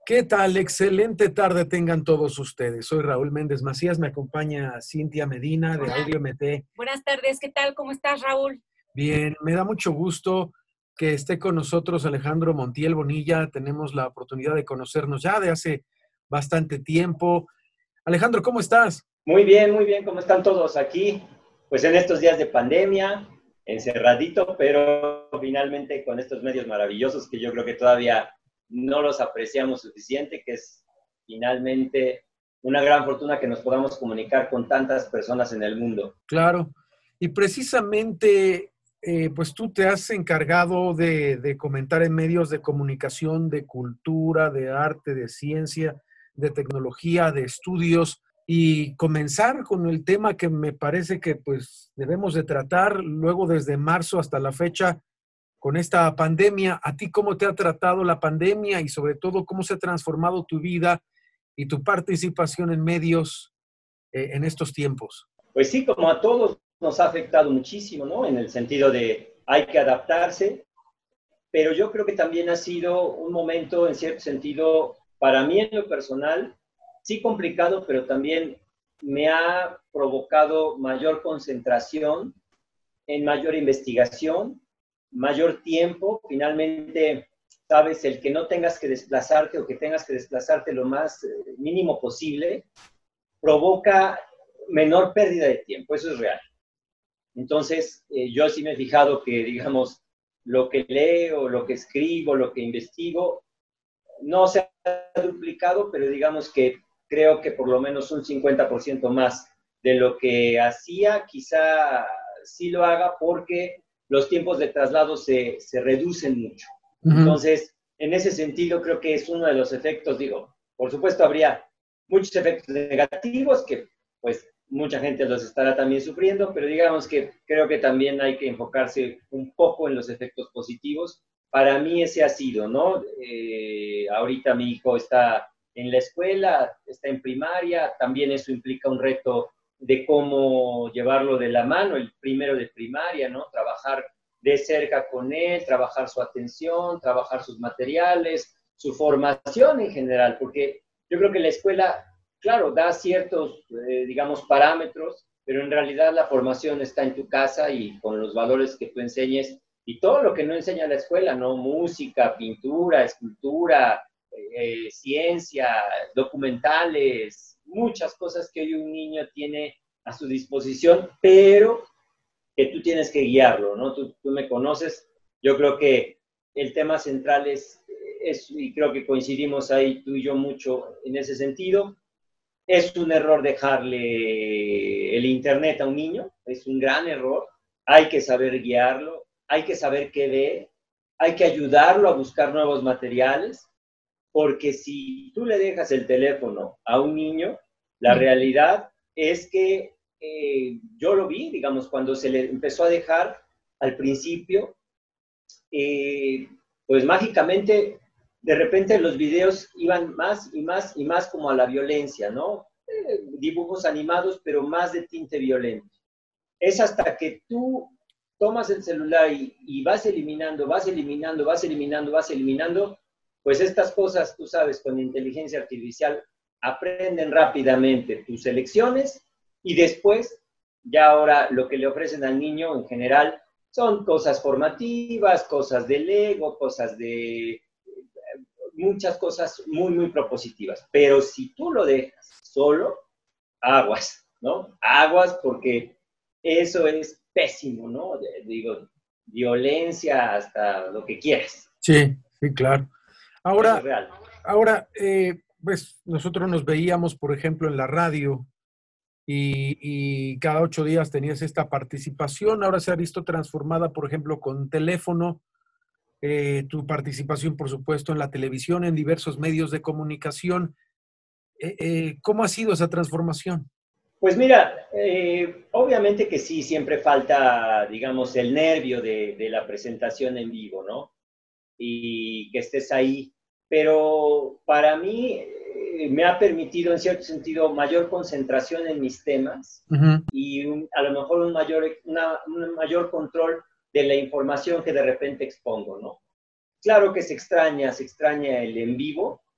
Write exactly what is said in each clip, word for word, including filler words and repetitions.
¿Qué tal? Excelente tarde tengan todos ustedes. Soy Raúl Méndez Macías, me acompaña Cintia Medina de Hola, Audio M T. buenas tardes, ¿qué tal? ¿Cómo estás, Raúl? Bien, me da mucho gusto que esté con nosotros Alejandro Montiel Bonilla. Tenemos la oportunidad de conocernos ya de hace bastante tiempo. Alejandro, ¿cómo estás? Muy bien, muy bien, ¿cómo están todos aquí? Pues en estos días de pandemia, encerradito, pero finalmente con estos medios maravillosos que yo creo que todavía no los apreciamos suficiente, que es finalmente una gran fortuna que nos podamos comunicar con tantas personas en el mundo. Claro. Y precisamente, eh, pues tú te has encargado de, de comentar en medios de comunicación, de cultura, de arte, de ciencia, de tecnología, de estudios, y comenzar con el tema que me parece que pues debemos de tratar luego desde marzo hasta la fecha con esta pandemia. ¿A ti cómo te ha tratado la pandemia y sobre todo cómo se ha transformado tu vida y tu participación en medios eh, en estos tiempos? Pues sí, como a todos nos ha afectado muchísimo, ¿no? En el sentido de hay que adaptarse, pero yo creo que también ha sido un momento, en cierto sentido, para mí en lo personal, sí complicado, pero también me ha provocado mayor concentración, en mayor investigación, mayor tiempo. Finalmente, sabes, el que no tengas que desplazarte o que tengas que desplazarte lo más eh, mínimo posible, provoca menor pérdida de tiempo, eso es real. Entonces, eh, yo sí me he fijado que, digamos, lo que leo, lo que escribo, lo que investigo, no se ha duplicado, pero digamos que creo que por lo menos un cincuenta por ciento más de lo que hacía, quizá sí lo haga porque los tiempos de traslado se, se reducen mucho. Uh-huh. Entonces, en ese sentido, creo que es uno de los efectos, digo, por supuesto habría muchos efectos negativos que, pues, mucha gente los estará también sufriendo, pero digamos que creo que también hay que enfocarse un poco en los efectos positivos. Para mí ese ha sido, ¿no? Eh, ahorita mi hijo está en la escuela, está en primaria, también eso implica un reto de cómo llevarlo de la mano, el primero de primaria, ¿no? Trabajar de cerca con él, trabajar su atención, trabajar sus materiales, su formación en general, porque yo creo que la escuela, claro, da ciertos, eh, digamos, parámetros, pero en realidad la formación está en tu casa y con los valores que tú enseñes y todo lo que no enseña la escuela, ¿no? Música, pintura, escultura, eh, ciencia, documentales, muchas cosas que hoy un niño tiene a su disposición, pero que tú tienes que guiarlo, ¿no? Tú, tú me conoces, yo creo que el tema central es, es, y creo que coincidimos ahí tú y yo mucho en ese sentido, es un error dejarle el internet a un niño, es un gran error, hay que saber guiarlo, hay que saber qué ve, hay que ayudarlo a buscar nuevos materiales, porque si tú le dejas el teléfono a un niño, la realidad es que eh, yo lo vi, digamos, cuando se le empezó a dejar al principio, eh, pues mágicamente, de repente los videos iban más y más y más como a la violencia, ¿no? Eh, dibujos animados, pero más de tinte violento. Es hasta que tú tomas el celular y, y vas eliminando, vas eliminando, vas eliminando, vas eliminando, pues estas cosas, tú sabes, con inteligencia artificial aprenden rápidamente tus selecciones y después, ya ahora lo que le ofrecen al niño en general son cosas formativas, cosas de Lego, cosas de... muchas cosas muy, muy propositivas. Pero si tú lo dejas solo, aguas, ¿no? Aguas porque eso es pésimo, ¿no? Digo, violencia hasta lo que quieras. Sí, sí, claro. Ahora, eso es real. Ahora, eh, pues nosotros nos veíamos, por ejemplo, en la radio y, y cada ocho días tenías esta participación. Ahora se ha visto transformada, por ejemplo, con teléfono, eh, tu participación, por supuesto, en la televisión, en diversos medios de comunicación. Eh, eh, ¿Cómo ha sido esa transformación? Pues mira, eh, obviamente que sí, siempre falta, digamos, el nervio de, de la presentación en vivo, ¿no? Y que estés ahí. Pero para mí eh, me ha permitido, en cierto sentido, mayor concentración en mis temas uh-huh. y un, a lo mejor un mayor, una, un mayor control de la información que de repente expongo, ¿no? Claro que se extraña, se extraña el en vivo,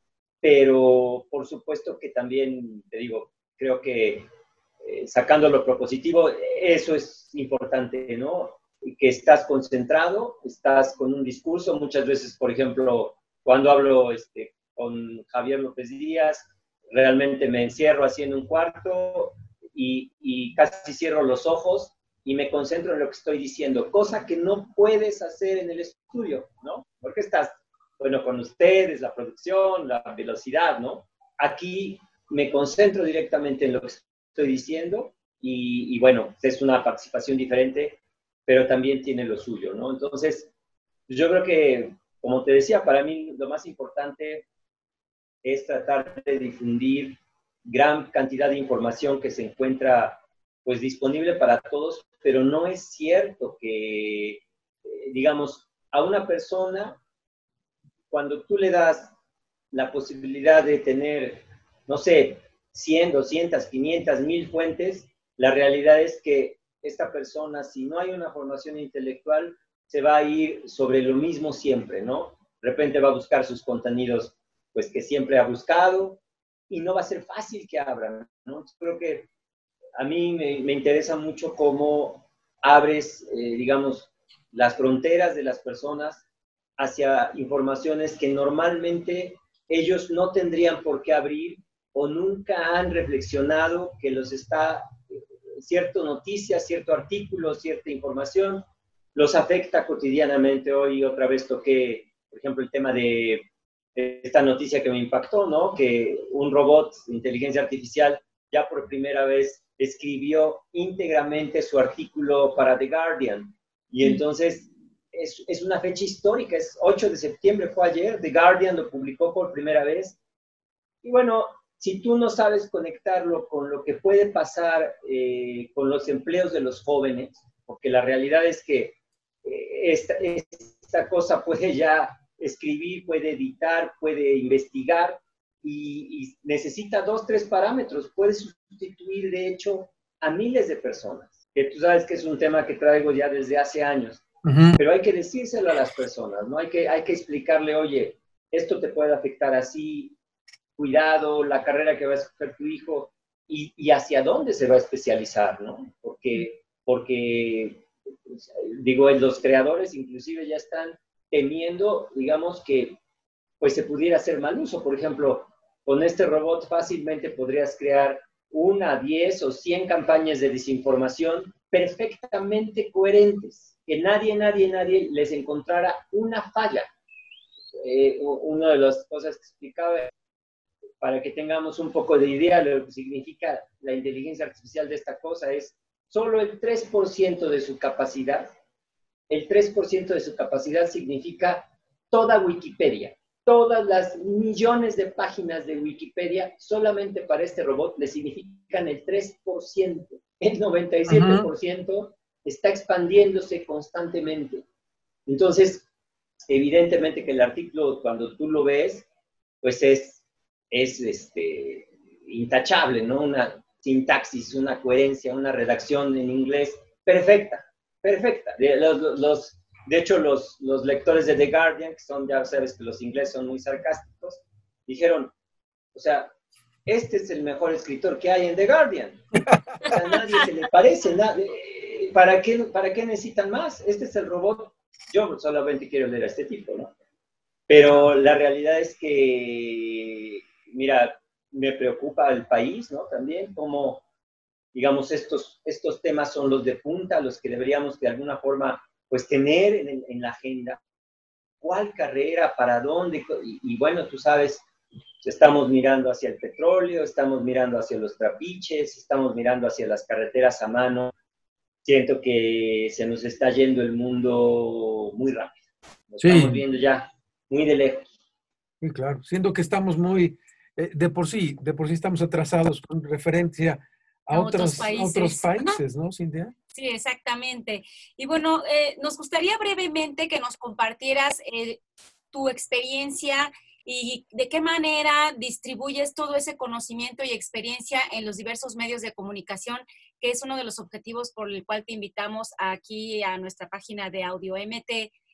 pero por supuesto que también, te digo, creo que eh, sacando lo propositivo, eso es importante, ¿no? Que estás concentrado, estás con un discurso, muchas veces, por ejemplo, cuando hablo este, con Javier López Díaz, realmente me encierro así en un cuarto y, y casi cierro los ojos y me concentro en lo que estoy diciendo, cosa que no puedes hacer en el estudio, ¿no? Porque estás, bueno, con ustedes, la producción, la velocidad, ¿no? Aquí me concentro directamente en lo que estoy diciendo y, y bueno, es una participación diferente, pero también tiene lo suyo, ¿no? Entonces, yo creo que, como te decía, para mí lo más importante es tratar de difundir gran cantidad de información que se encuentra pues disponible para todos, pero no es cierto que, eh, digamos, a una persona, cuando tú le das la posibilidad de tener, no sé, cien, doscientas, quinientas, mil fuentes, la realidad es que esta persona, si no hay una formación intelectual, se va a ir sobre lo mismo siempre, ¿no? De repente va a buscar sus contenidos, pues que siempre ha buscado, y no va a ser fácil que abran, ¿no? Creo que a mí me, me interesa mucho cómo abres, eh, digamos, las fronteras de las personas hacia informaciones que normalmente ellos no tendrían por qué abrir o nunca han reflexionado que los está, cierta noticia, cierto artículo, cierta información, los afecta cotidianamente. Hoy otra vez toqué, por ejemplo, el tema de esta noticia que me impactó, ¿no? Que un robot de inteligencia artificial ya por primera vez escribió íntegramente su artículo para The Guardian. Y entonces es, es una fecha histórica, es ocho de septiembre, fue ayer, The Guardian lo publicó por primera vez. Y bueno, si tú no sabes conectarlo con lo que puede pasar eh, con los empleos de los jóvenes, porque la realidad es que eh, esta, esta cosa puede ya escribir, puede editar, puede investigar y, y necesita dos, tres parámetros. Puede sustituir, de hecho, a miles de personas, que tú sabes que es un tema que traigo ya desde hace años. Uh-huh. Pero hay que decírselo a las personas, ¿no? Hay que, hay que explicarle, oye, esto te puede afectar así, cuidado, la carrera que va a escoger tu hijo y, y hacia dónde se va a especializar, ¿no? Porque, porque, digo, los creadores inclusive ya están temiendo, digamos, que pues se pudiera hacer mal uso. Por ejemplo, con este robot fácilmente podrías crear una, diez o cien campañas de desinformación perfectamente coherentes, que nadie, nadie, nadie les encontrara una falla. Eh, una de las cosas que explicaba, para que tengamos un poco de idea de lo que significa la inteligencia artificial de esta cosa, es solo el tres por ciento de su capacidad. El tres por ciento de su capacidad significa toda Wikipedia. Todas las millones de páginas de Wikipedia, solamente para este robot le significan el tres por ciento. El noventa y siete por ciento uh-huh. está expandiéndose constantemente. Entonces, evidentemente que el artículo, cuando tú lo ves, pues es, es este, intachable, ¿no? Una sintaxis, una coherencia, una redacción en inglés perfecta, perfecta. Los, los, de hecho, los, los lectores de The Guardian, que son, ya sabes que los ingleses son muy sarcásticos, dijeron, o sea, este es el mejor escritor que hay en The Guardian. O sea, nadie se le parece, nadie, ¿para qué, ¿para qué necesitan más? Este es el robot. Yo solamente quiero leer a este tipo, ¿no? Pero la realidad es que, mira, me preocupa el país, ¿no? También como, digamos, estos, estos temas son los de punta, los que deberíamos de alguna forma, pues, tener en, en la agenda. ¿Cuál carrera? ¿Para dónde? Y, y bueno, tú sabes, estamos mirando hacia el petróleo, estamos mirando hacia los trapiches, estamos mirando hacia las carreteras a mano. Siento que se nos está yendo el mundo muy rápido. Lo sí. Estamos viendo ya muy de lejos. Sí, claro. Siento que estamos muy, eh, de por sí, de por sí estamos atrasados con referencia a, a otros, otros países, otros países, ¿no, Cintia? Sí, exactamente. Y bueno, eh, nos gustaría brevemente que nos compartieras eh, tu experiencia y de qué manera distribuyes todo ese conocimiento y experiencia en los diversos medios de comunicación, que es uno de los objetivos por el cual te invitamos aquí a nuestra página de Audio M T,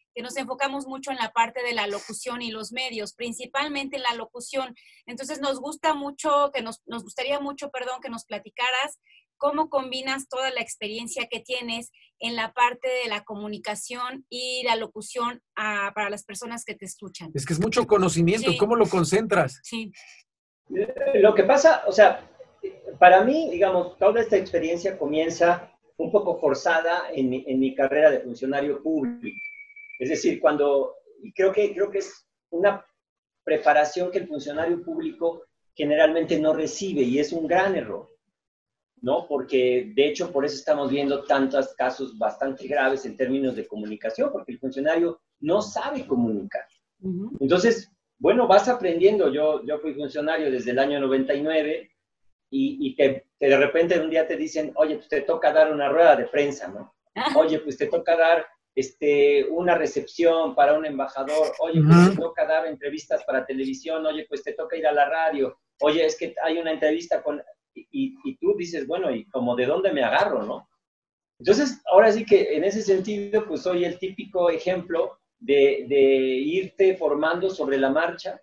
que nos enfocamos mucho en la parte de la locución y los medios, principalmente en la locución. Entonces nos gusta mucho, que nos, nos gustaría mucho, perdón, que nos platicaras cómo combinas toda la experiencia que tienes en la parte de la comunicación y la locución a, para las personas que te escuchan. Es que es mucho conocimiento, Sí. ¿Cómo lo concentras? Sí. Lo que pasa, o sea, para mí, digamos, toda esta experiencia comienza un poco forzada en mi, en mi carrera de funcionario público. Es decir, cuando, creo que, creo que es una preparación que el funcionario público generalmente no recibe y es un gran error, ¿no? Porque, de hecho, por eso estamos viendo tantos casos bastante graves en términos de comunicación, porque el funcionario no sabe comunicar. Uh-huh. Entonces, bueno, vas aprendiendo. Yo, yo fui funcionario desde el año noventa y nueve y, y que, que de repente un día te dicen, oye, pues te toca dar una rueda de prensa, ¿no? Oye, pues te toca dar este, una recepción para un embajador. Oye, pues uh-huh. te toca dar entrevistas para televisión. Oye, pues te toca ir a la radio. Oye, es que hay una entrevista con... Y, y tú dices, bueno, ¿y como de dónde me agarro, no? Entonces, ahora sí que en ese sentido, pues soy el típico ejemplo de, de irte formando sobre la marcha.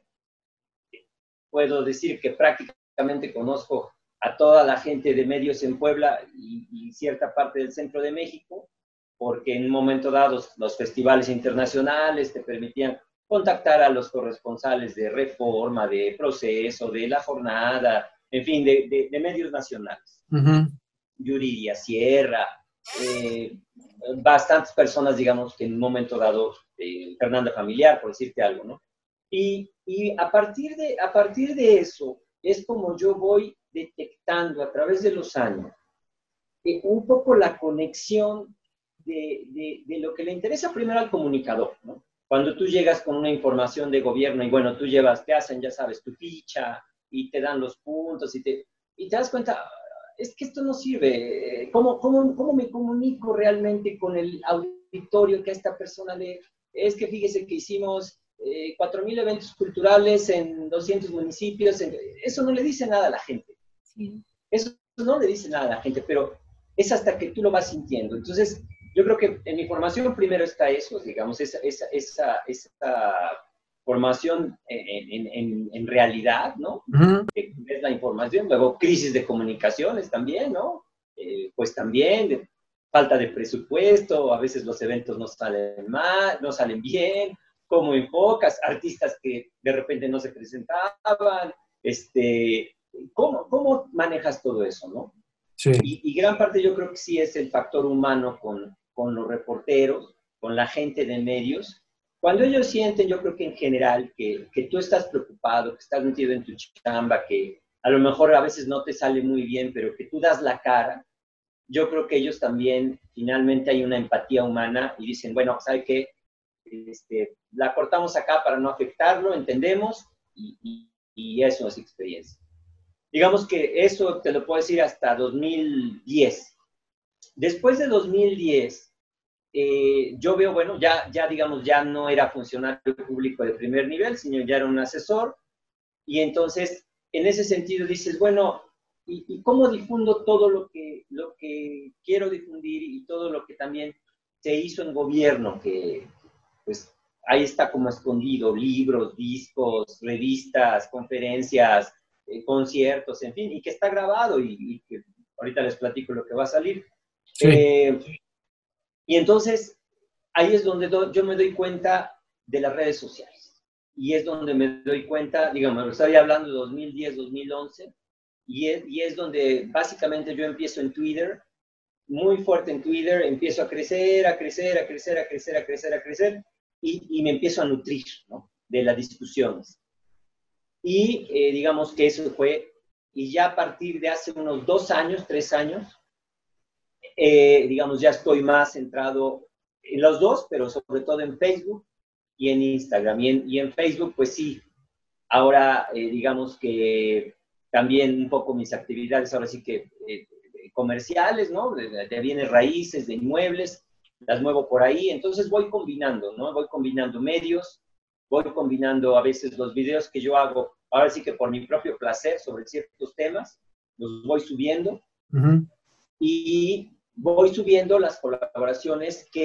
Puedo decir que prácticamente conozco a toda la gente de medios en Puebla y, y cierta parte del centro de México, porque en un momento dado los festivales internacionales te permitían contactar a los corresponsales de Reforma, de Proceso, de La Jornada, en fin, de, de, de medios nacionales. Uh-huh. Yuridia Sierra, eh, bastantes personas, digamos, que en un momento dado, eh, Fernanda Familiar, por decirte algo, ¿no? Y, y a, partir de, a partir de eso, es como yo voy detectando a través de los años eh, un poco la conexión de, de, de lo que le interesa primero al comunicador, ¿no? Cuando tú llegas con una información de gobierno y, bueno, tú llevas, te hacen, ya sabes, tu ficha, y te dan los puntos y te, y te das cuenta, es que esto no sirve. ¿Cómo, cómo, ¿Cómo me comunico realmente con el auditorio que a esta persona le... Es que fíjese que hicimos eh, cuatro mil eventos culturales en doscientos municipios. En, eso no le dice nada a la gente. Sí. Eso no le dice nada a la gente, pero es hasta que tú lo vas sintiendo. Entonces, yo creo que en mi formación primero está eso, digamos, esa... esa, esa, esa formación en, en, en, en realidad, ¿no? Uh-huh. Que es la información, luego crisis de comunicaciones también, ¿no? Eh, pues también, de, falta de presupuesto, a veces los eventos no salen mal, no salen bien, cómo enfocas, artistas que de repente no se presentaban, este, ¿cómo, cómo manejas todo eso, no? Sí. Y, y gran parte yo creo que sí es el factor humano con, con los reporteros, con la gente de medios. Cuando ellos sienten, yo creo que en general, que, que tú estás preocupado, que estás metido en tu chamba, que a lo mejor a veces no te sale muy bien, pero que tú das la cara, yo creo que ellos también, finalmente hay una empatía humana y dicen, bueno, ¿sabe qué? Este, la cortamos acá para no afectarlo, entendemos, y, y, y eso es experiencia. Digamos que eso te lo puedo decir hasta dos mil diez. Después de dos mil diez, Eh, yo veo, bueno, ya, ya digamos, ya no era funcionario público de primer nivel, sino ya era un asesor, y entonces, en ese sentido dices, bueno, ¿y, y cómo difundo todo lo que, lo que quiero difundir y todo lo que también se hizo en gobierno, que pues ahí está como escondido, libros, discos, revistas, conferencias, eh, conciertos, en fin, y que está grabado y, y que ahorita les platico lo que va a salir. Sí. Eh, Y entonces, ahí es donde do, yo me doy cuenta de las redes sociales. Y es donde me doy cuenta, digamos, estoy hablando de dos mil diez, dos mil once, y es, y es donde básicamente yo empiezo en Twitter, muy fuerte en Twitter, empiezo a crecer, a crecer, a crecer, a crecer, a crecer, a crecer, y, y me empiezo a nutrir, ¿no?, de las discusiones. Y eh, digamos que eso fue, y ya a partir de hace unos dos años, tres años, Eh, digamos, ya estoy más centrado en los dos, pero sobre todo en Facebook y en Instagram. Y en, y en Facebook, pues sí, ahora eh, digamos que también un poco mis actividades, ahora sí que eh, comerciales, ¿no? De, de bienes raíces, de inmuebles, las muevo por ahí. Entonces voy combinando, ¿no? Voy combinando medios, voy combinando a veces los videos que yo hago, ahora sí que por mi propio placer sobre ciertos temas, los voy subiendo. Uh-huh. Y voy subiendo las colaboraciones que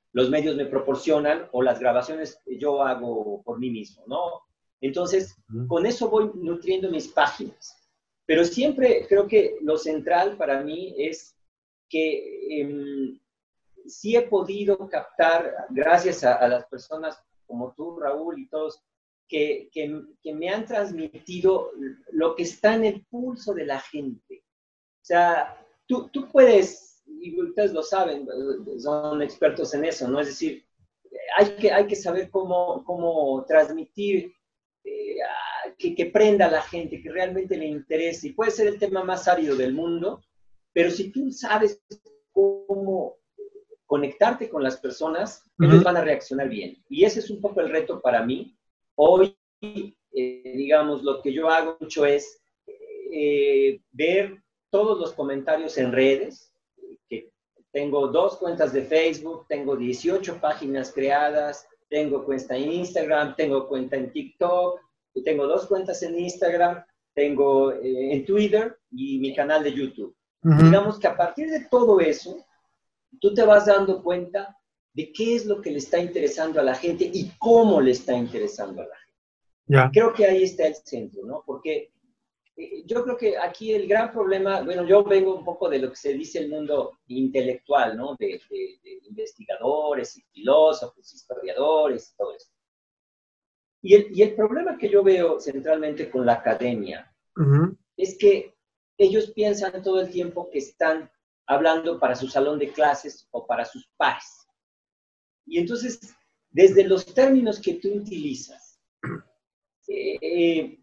los medios me proporcionan o las grabaciones yo hago por mí mismo, ¿no? Entonces, con eso voy nutriendo mis páginas. Pero siempre creo que lo central para mí es que eh, sí he podido captar, gracias a, a las personas como tú, Raúl, y todos, que, que, que me han transmitido lo que está en el pulso de la gente. O sea, tú, tú puedes, y ustedes lo saben, son expertos en eso, ¿no? Es decir, hay que, hay que saber cómo, cómo transmitir, eh, que, que prenda a la gente, que realmente le interese. Y puede ser el tema más árido del mundo, pero si tú sabes cómo conectarte con las personas, uh-huh. ellos van a reaccionar bien. Y ese es un poco el reto para mí. Hoy, eh, digamos, lo que yo hago mucho es eh, ver todos los comentarios en redes, que tengo dos cuentas de Facebook, tengo dieciocho páginas creadas, tengo cuenta en Instagram, tengo cuenta en TikTok, tengo dos cuentas en Instagram, tengo eh, en Twitter y mi canal de YouTube. Uh-huh. Digamos que a partir de todo eso, tú te vas dando cuenta de qué es lo que le está interesando a la gente y cómo le está interesando a la gente. Yeah. Creo que ahí está el centro, ¿no? Porque eh, yo creo que aquí el gran problema, bueno, yo vengo un poco de lo que se dice el mundo intelectual, ¿no? De, de, de investigadores y filósofos, historiadores y todo eso. Y el, y el problema que yo veo centralmente con la academia uh-huh. es que ellos piensan todo el tiempo que están hablando para su salón de clases o para sus pares. Y entonces, desde los términos que tú utilizas, eh,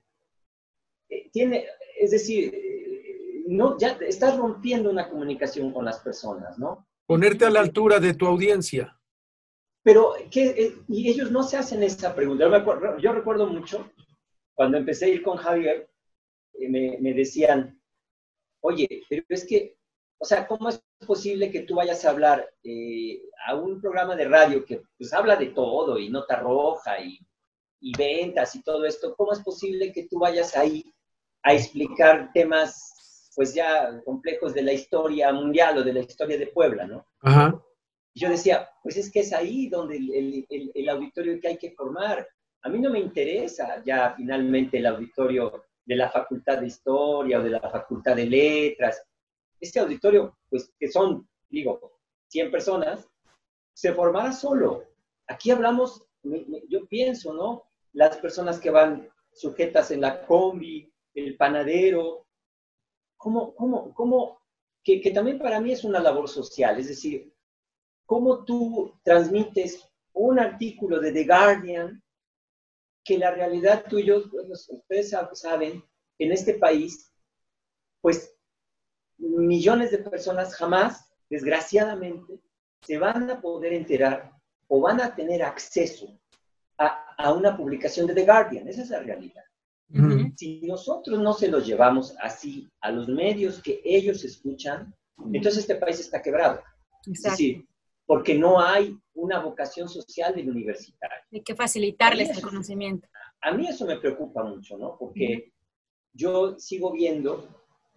eh, tiene, es decir, eh, no, ya estás rompiendo una comunicación con las personas, ¿no? Ponerte a la altura de tu audiencia. Pero, ¿qué, eh, y ellos no se hacen esa pregunta. Yo, me acuerdo, yo recuerdo mucho, cuando empecé a ir con Javier, eh, me, me decían, oye, pero es que, o sea, ¿cómo es posible que tú vayas a hablar eh, a un programa de radio que pues habla de todo y nota roja y, y ventas y todo esto? ¿Cómo es posible que tú vayas ahí a explicar temas pues ya complejos de la historia mundial o de la historia de Puebla, ¿no? Ajá. Y yo decía, pues es que es ahí donde el, el, el, el auditorio que hay que formar. A mí no me interesa ya finalmente el auditorio de la Facultad de Historia o de la Facultad de Letras. Este auditorio, pues que son, digo, cien personas, se formará solo. Aquí hablamos, yo pienso, ¿no? Las personas que van sujetas en la combi, el panadero, ¿cómo, cómo, cómo? Que, que también para mí es una labor social, es decir, ¿cómo tú transmites un artículo de The Guardian que la realidad tú y yo, bueno, ustedes saben, en este país, pues millones de personas jamás, desgraciadamente, se van a poder enterar o van a tener acceso a, a una publicación de The Guardian? Esa es la realidad. Uh-huh. Si nosotros no se los llevamos así a los medios que ellos escuchan, entonces este país está quebrado. Exacto. Es decir, porque no hay una vocación social del universitario. Hay que facilitarles el conocimiento. A mí eso me preocupa mucho, ¿no? Porque uh-huh. yo sigo viendo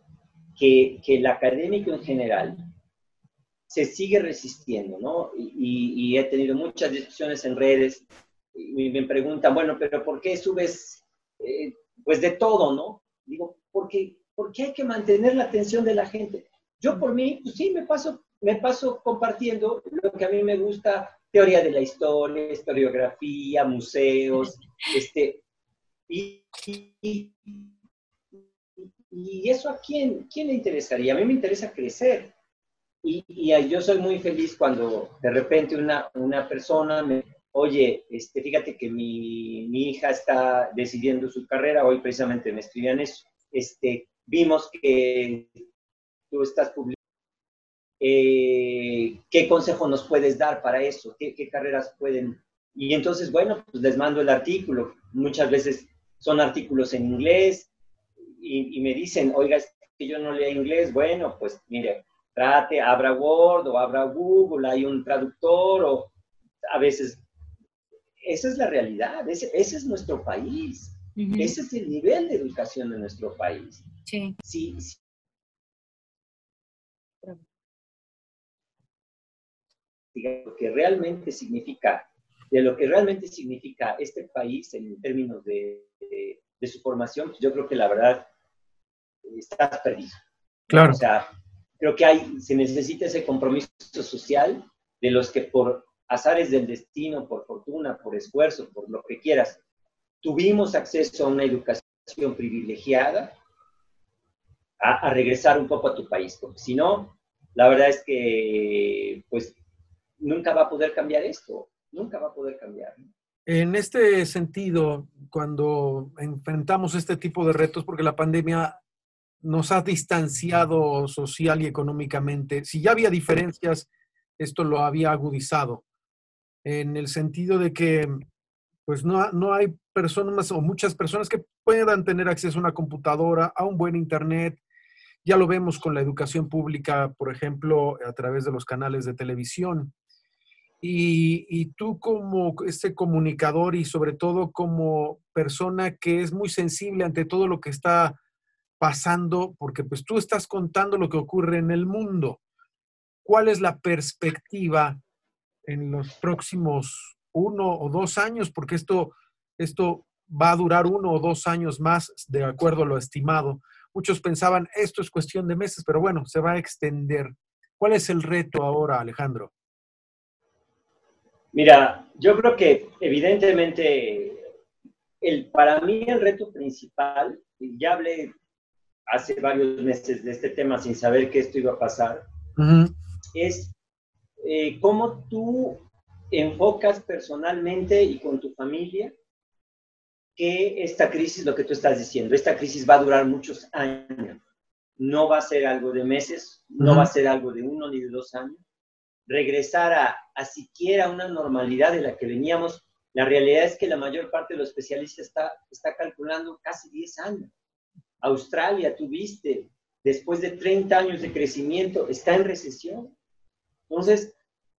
que, que el académico en general se sigue resistiendo, ¿no? Y, y, y he tenido muchas discusiones en redes y me preguntan, bueno, pero ¿por qué subes eh, pues de todo, ¿no? Digo, porque, porque hay que mantener la atención de la gente. Yo por mí, pues sí, me paso, me paso compartiendo lo que a mí me gusta, teoría de la historia, historiografía, museos, este, y, y, y eso a quién, quién le interesaría. A mí me interesa crecer. Y, y yo soy muy feliz cuando de repente una, una persona me, oye, este, fíjate que mi, mi hija está decidiendo su carrera, hoy precisamente me escribían eso, este, vimos que tú estás publicando, eh, ¿qué consejo nos puedes dar para eso? ¿Qué, qué carreras pueden? Y entonces, bueno, pues les mando el artículo, muchas veces son artículos en inglés y, y me dicen, oiga, es que yo no leo inglés, bueno, pues mire, trate, abra Word o abra Google, hay un traductor o a veces, esa es la realidad, ese, ese es nuestro país, uh-huh. Ese es el nivel de educación de nuestro país. Sí. Sí, sí. investigar lo que realmente significa, de lo que realmente significa este país en términos de, de, de su formación, pues yo creo que la verdad estás perdido. Claro. O sea, creo que hay, se necesita ese compromiso social de los que por azares del destino, por fortuna, por esfuerzo, por lo que quieras, tuvimos acceso a una educación privilegiada, a, a regresar un poco a tu país, porque si no, la verdad es que pues nunca va a poder cambiar esto, nunca va a poder cambiar. En este sentido, cuando enfrentamos este tipo de retos, porque la pandemia nos ha distanciado social y económicamente, si ya había diferencias, esto lo había agudizado, en el sentido de que pues no, no hay personas o muchas personas que puedan tener acceso a una computadora, a un buen internet. Ya lo vemos con la educación pública, por ejemplo, a través de los canales de televisión. Y, y tú como este comunicador y sobre todo como persona que es muy sensible ante todo lo que está pasando, porque pues tú estás contando lo que ocurre en el mundo. ¿Cuál es la perspectiva en los próximos uno o dos años? Porque esto, esto va a durar uno o dos años más, de acuerdo a lo estimado. Muchos pensaban, esto es cuestión de meses, pero bueno, se va a extender. ¿Cuál es el reto ahora, Alejandro? Mira, yo creo que evidentemente, el, para mí el reto principal, ya hablé hace varios meses de este tema sin saber que esto iba a pasar, uh-huh. es eh, cómo tú enfocas personalmente y con tu familia que esta crisis, lo que tú estás diciendo, esta crisis va a durar muchos años. No va a ser algo de meses, no uh-huh. va a ser algo de uno ni de dos años. Regresar a, a siquiera una normalidad de la que veníamos, la realidad es que la mayor parte de los especialistas está, está calculando casi diez años. Australia, tú viste, después de treinta años de crecimiento, está en recesión. Entonces,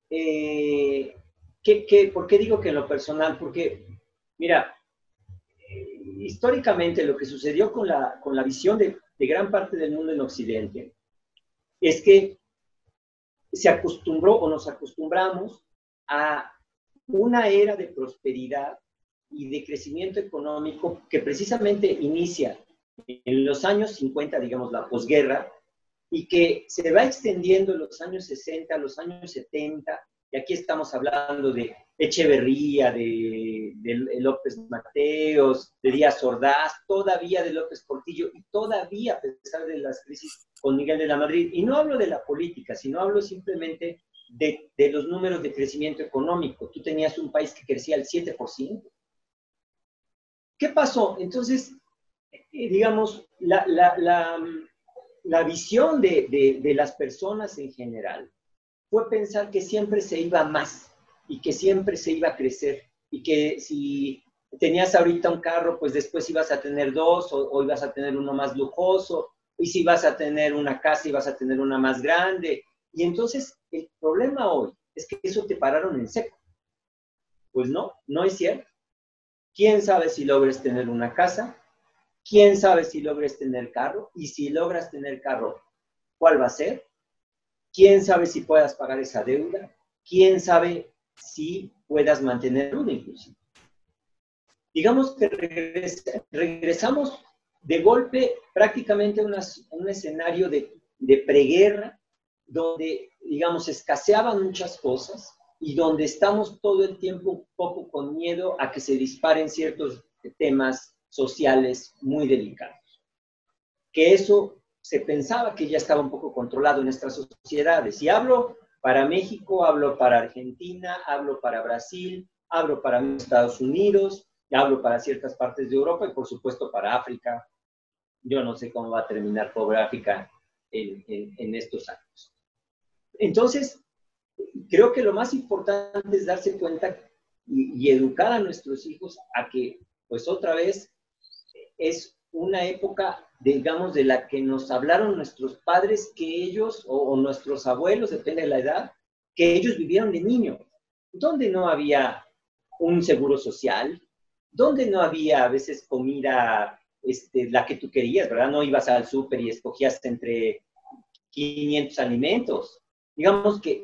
eh, ¿qué, qué, ¿por qué digo que en lo personal? Porque, mira, eh, históricamente lo que sucedió con la, con la visión de, de gran parte del mundo en Occidente es que se acostumbró o nos acostumbramos a una era de prosperidad y de crecimiento económico que precisamente inicia en los años cincuenta, digamos, la posguerra, y que se va extendiendo en los años sesenta, los años setenta, y aquí estamos hablando de Echeverría, de, de López Mateos, de Díaz Ordaz, todavía de López Portillo, y todavía a pesar de las crisis con Miguel de la Madrid. Y no hablo de la política, sino hablo simplemente de, de los números de crecimiento económico. Tú tenías un país que crecía al siete por ciento. ¿Qué pasó? Entonces, eh, digamos, la, la, la, la visión de, de, de las personas en general fue pensar que siempre se iba más y que siempre se iba a crecer y que si tenías ahorita un carro, pues después ibas a tener dos o, o ibas a tener uno más lujoso, y si vas a tener una casa ibas a tener una más grande. Y entonces el problema hoy es que eso te pararon en seco. Pues no, no es cierto. ¿Quién sabe si logres tener una casa? ¿Quién sabe si logres tener carro? Y si logras tener carro, ¿cuál va a ser? ¿Quién sabe si puedas pagar esa deuda? ¿Quién sabe si puedas mantener una inclusión? Digamos que regresa, regresamos de golpe prácticamente a una, un escenario de, de preguerra, donde, digamos, escaseaban muchas cosas y donde estamos todo el tiempo un poco con miedo a que se disparen ciertos temas sociales muy delicados. Que eso se pensaba que ya estaba un poco controlado en nuestras sociedades. Y hablo para México, hablo para Argentina, hablo para Brasil, hablo para Estados Unidos, hablo para ciertas partes de Europa y por supuesto para África. Yo no sé cómo va a terminar pobre África en, en, en estos años. Entonces, creo que lo más importante es darse cuenta y, y educar a nuestros hijos a que, pues otra vez, es una época, digamos, de la que nos hablaron nuestros padres, que ellos, o, o nuestros abuelos, depende de la edad, que ellos vivieron de niños, donde no había un seguro social, donde no había a veces comida, este, la que tú querías, ¿verdad? No ibas al súper y escogías entre quinientos alimentos. Digamos que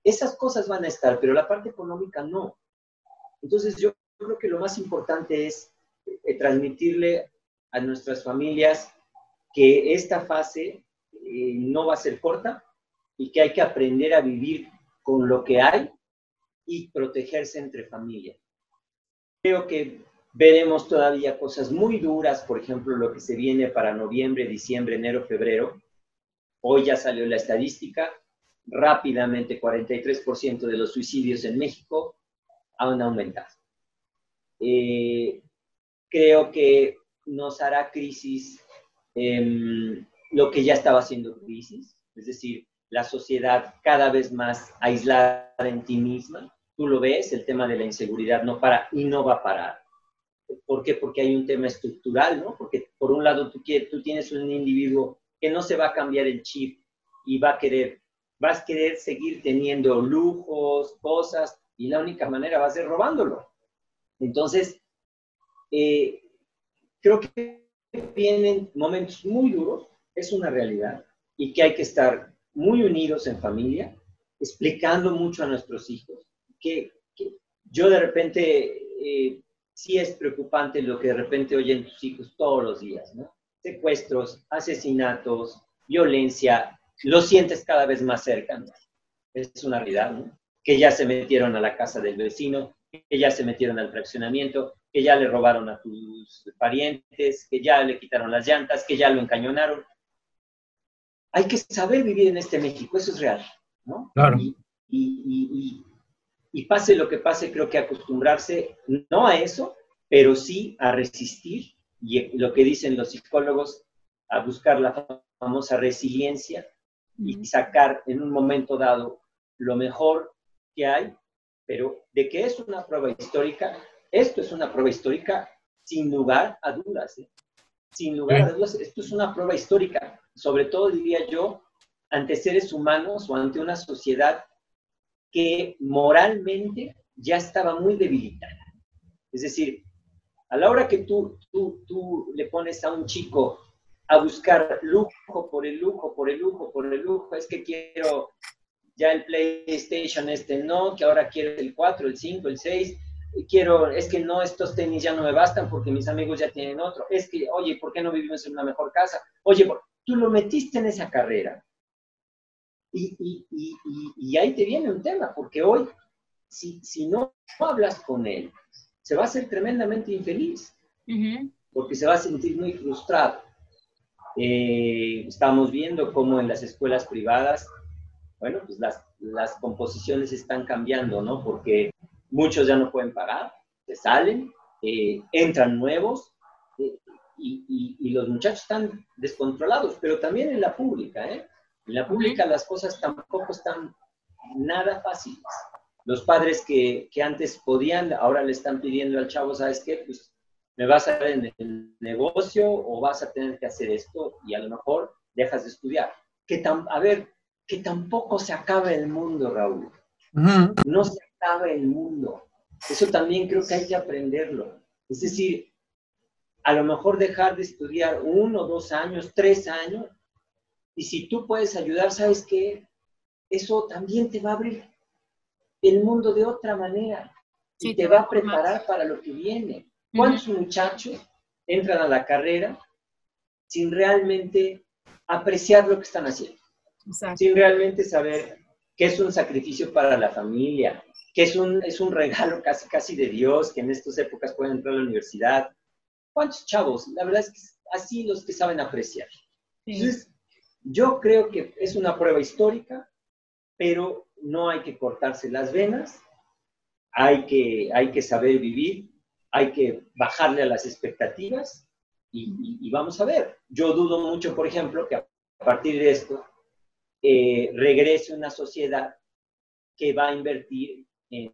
esas cosas van a estar, pero la parte económica no. Entonces yo creo que lo más importante es eh, transmitirle a nuestras familias que esta fase eh, no va a ser corta y que hay que aprender a vivir con lo que hay y protegerse entre familias. Creo que veremos todavía cosas muy duras, por ejemplo, lo que se viene para noviembre, diciembre, enero, febrero. Hoy ya salió la estadística, rápidamente cuarenta y tres por ciento de los suicidios en México han aumentado. Eh, creo que nos hará crisis eh, lo que ya estaba siendo crisis, es decir, la sociedad cada vez más aislada en ti misma. Tú lo ves, el tema de la inseguridad no para y no va a parar. ¿Por qué? Porque hay un tema estructural, ¿no? Porque por un lado tú, tú tienes un individuo que no se va a cambiar el chip y va a querer, vas a querer seguir teniendo lujos, cosas, y la única manera va a ser robándolo. Entonces, eh, creo que vienen momentos muy duros, es una realidad, y que hay que estar muy unidos en familia, explicando mucho a nuestros hijos, que, que yo de repente, eh, sí es preocupante lo que de repente oyen tus hijos todos los días, ¿no? Secuestros, asesinatos, violencia, lo sientes cada vez más cerca, ¿no? Es una realidad, ¿no? Que ya se metieron a la casa del vecino, que ya se metieron al fraccionamiento, que ya le robaron a tus parientes, que ya le quitaron las llantas, que ya lo encañonaron. Hay que saber vivir en este México, eso es real, ¿no? Claro. Y, y, y, y, y pase lo que pase, creo que acostumbrarse, no a eso, pero sí a resistir, y lo que dicen los psicólogos, a buscar la famosa resiliencia y sacar en un momento dado lo mejor que hay, pero de que es una prueba histórica, esto es una prueba histórica sin lugar a dudas, ¿eh? Sin lugar a dudas, esto es una prueba histórica, sobre todo diría yo, ante seres humanos o ante una sociedad que moralmente ya estaba muy debilitada. Es decir, a la hora que tú, tú, tú le pones a un chico a buscar lujo por el lujo, por el lujo, por el lujo, es que quiero ya el PlayStation este no, que ahora quiero el cuatro, el cinco, el seis, quiero, es que no, estos tenis ya no me bastan porque mis amigos ya tienen otro, es que, oye, ¿por qué no vivimos en una mejor casa? Oye, tú lo metiste en esa carrera. Y, y, y, y, y ahí te viene un tema, porque hoy, si, si no, no hablas con él, se va a hacer tremendamente infeliz, uh-huh. porque se va a sentir muy frustrado. Eh, estamos viendo cómo en las escuelas privadas, bueno, pues las, las composiciones están cambiando, ¿no? Porque muchos ya no pueden pagar, se salen, eh, entran nuevos, eh, y, y, y los muchachos están descontrolados, pero también en la pública, ¿eh? En la pública uh-huh. las cosas tampoco están nada fáciles. Los padres que, que antes podían, ahora le están pidiendo al chavo, ¿sabes qué? Pues me vas a ver en el negocio o vas a tener que hacer esto y a lo mejor dejas de estudiar. Que tam, a ver, que tampoco se acaba el mundo, Raúl. Uh-huh. No se acaba el mundo. Eso también creo que hay que aprenderlo. Es decir, a lo mejor dejar de estudiar uno, dos años, tres años, y si tú puedes ayudar, ¿sabes qué? Eso también te va a abrir el mundo de otra manera y sí, te va a preparar más para lo que viene. ¿Cuántos uh-huh. muchachos entran a la carrera sin realmente apreciar lo que están haciendo? Exacto. Sin realmente saber que es un sacrificio para la familia, que es un, es un regalo casi, casi de Dios, que en estas épocas pueden entrar a la universidad. ¿Cuántos chavos? La verdad es que así los que saben apreciar. Sí. Entonces, yo creo que es una prueba histórica, pero no hay que cortarse las venas, hay que, hay que saber vivir, hay que bajarle a las expectativas y, y, y vamos a ver. Yo dudo mucho, por ejemplo, que a partir de esto eh, regrese una sociedad que va a invertir en...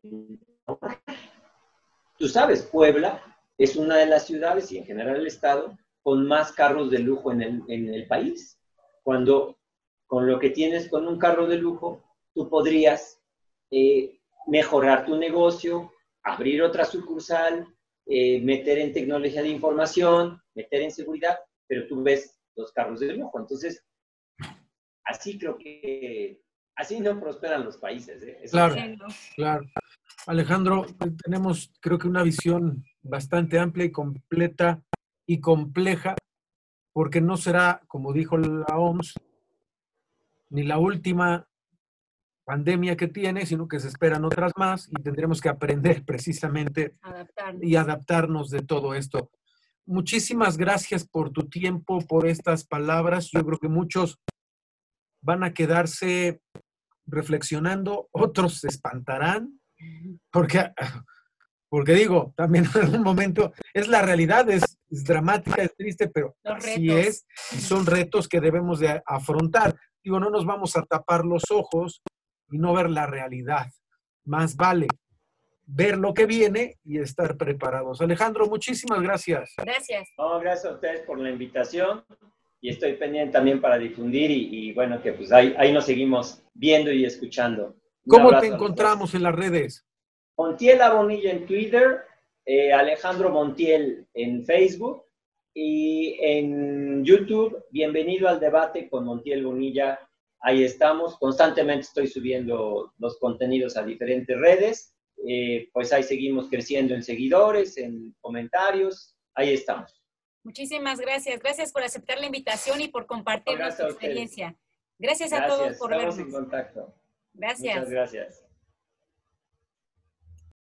Tú sabes, Puebla es una de las ciudades y en general el estado con más carros de lujo en el, en el país. Cuando con lo que tienes con un carro de lujo, tú podrías eh, mejorar tu negocio, abrir otra sucursal, eh, meter en tecnología de información, meter en seguridad, pero tú ves los carros de lujo. Entonces, así creo que así no prosperan los países. ¿eh? Claro, Sí, ¿no? claro. Alejandro, tenemos creo que una visión bastante amplia y completa y compleja, porque no será, como dijo la O M S, ni la última pandemia que tiene, sino que se esperan otras más y tendremos que aprender precisamente Adaptarnos. y adaptarnos de todo esto. Muchísimas gracias por tu tiempo, por estas palabras. Yo creo que muchos van a quedarse reflexionando, otros se espantarán, porque, porque digo, también en algún momento es la realidad, es, es dramática, es triste, pero Los así retos. es, y son retos que debemos de afrontar. Digo, no nos vamos a tapar los ojos y no ver la realidad. Más vale ver lo que viene y estar preparados. Alejandro, muchísimas gracias. Gracias. No, gracias a ustedes por la invitación y estoy pendiente también para difundir y, y bueno, que pues ahí, ahí nos seguimos viendo y escuchando. Un ¿Cómo te abrazo a los dos. encontramos en las redes? Montiel La Bonilla en Twitter, eh, Alejandro Montiel en Facebook y en YouTube, bienvenido al debate con Montiel Bonilla. Ahí estamos, constantemente estoy subiendo los contenidos a diferentes redes, eh, pues ahí seguimos creciendo en seguidores, en comentarios, ahí estamos. Muchísimas gracias. Gracias por aceptar la invitación y por compartirnos tu Gracias a ustedes. experiencia. Gracias a Gracias, todos por estamos vernos. en contacto. Gracias. Muchas gracias.